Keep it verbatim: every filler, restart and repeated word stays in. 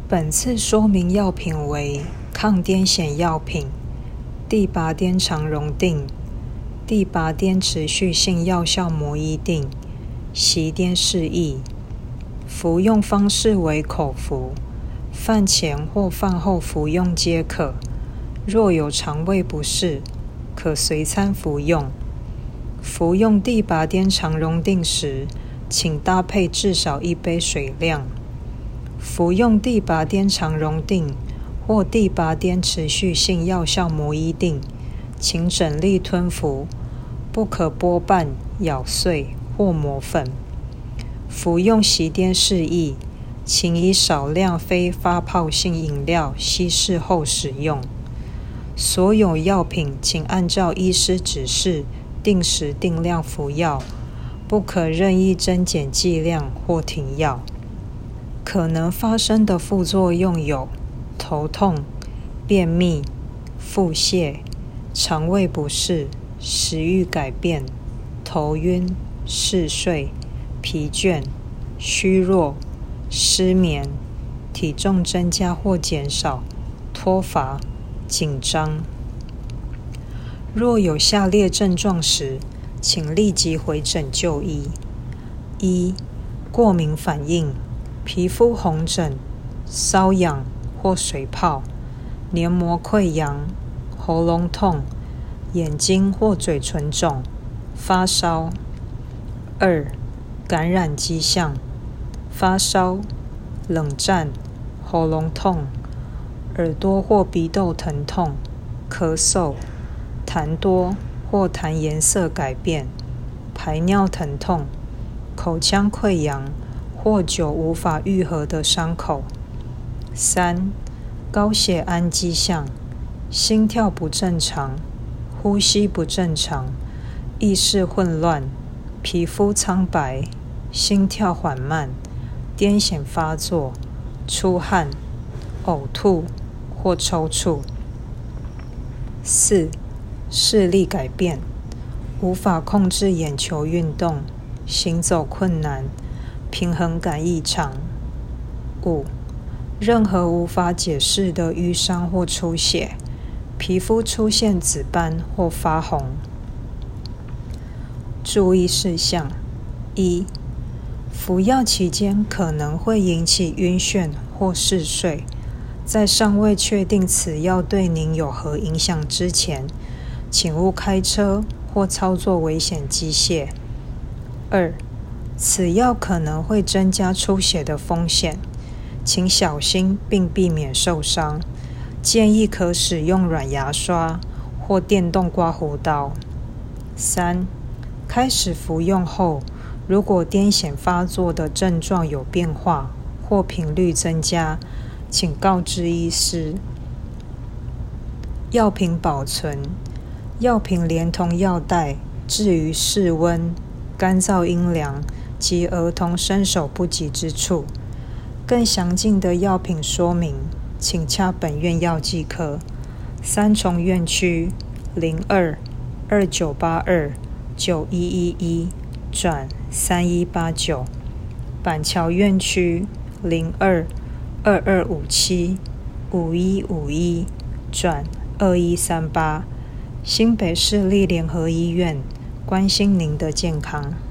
本次说明药品为抗癫痫药品地拔颠肠溶定、地拔颠持续性药效膜衣定、息颠释液。服用方式为口服，饭前或饭后服用皆可。若有肠胃不适，可随餐服用。服用地拔颠肠溶定时，请搭配至少一杯水量。服用地拔颠肠溶定或地拔颠持续性药效膜衣定，请整粒吞服，不可剥瓣、咬碎或磨粉。服用息颠释液，请以少量非发泡性饮料稀释后使用。所有药品请按照医师指示定时定量服药，不可任意增减剂量或停药。可能发生的副作用有头痛、便秘、腹泻、肠胃不适、食欲改变、头晕、嗜睡、疲倦、虚弱、失眠、体重增加或减少、脱乏、紧张。若有下列症状时，请立即回诊就医。一、过敏反应，皮肤红疹、瘙痒或水泡、黏膜溃疡、喉咙痛、眼睛或嘴唇肿、发烧。二、感染迹象，发烧、冷战、喉咙痛、耳朵或鼻窦疼痛、咳嗽、痰多或痰颜色改变、排尿疼痛、口腔溃疡或久无法愈合的伤口。三、高血氨迹象，心跳不正常、呼吸不正常、意识混乱、皮肤苍白、心跳缓慢、癫痫发作、出汗、呕吐或抽搐。四、视力改变，无法控制眼球运动，行走困难，平衡感异常。五、任何无法解释的淤伤或出血，皮肤出现紫斑或发红。注意事项：一、服药期间可能会引起晕眩或嗜睡，在尚未确定此药对您有何影响之前，请勿开车或操作危险机械。二、此药可能会增加出血的风险，请小心并避免受伤，建议可使用软牙刷或电动刮胡刀。三、开始服用后，如果癫痫发作的症状有变化或频率增加，请告知医师。药品保存，药品连同药袋置于室温、干燥阴凉及儿童伸手不及之处。更详尽的药品说明，请洽本院药剂科。三重院区零二二九八二九一一一转三一八九，板桥院区零二二二五七五一五一转二一三八，新北市立联合医院，关心您的健康。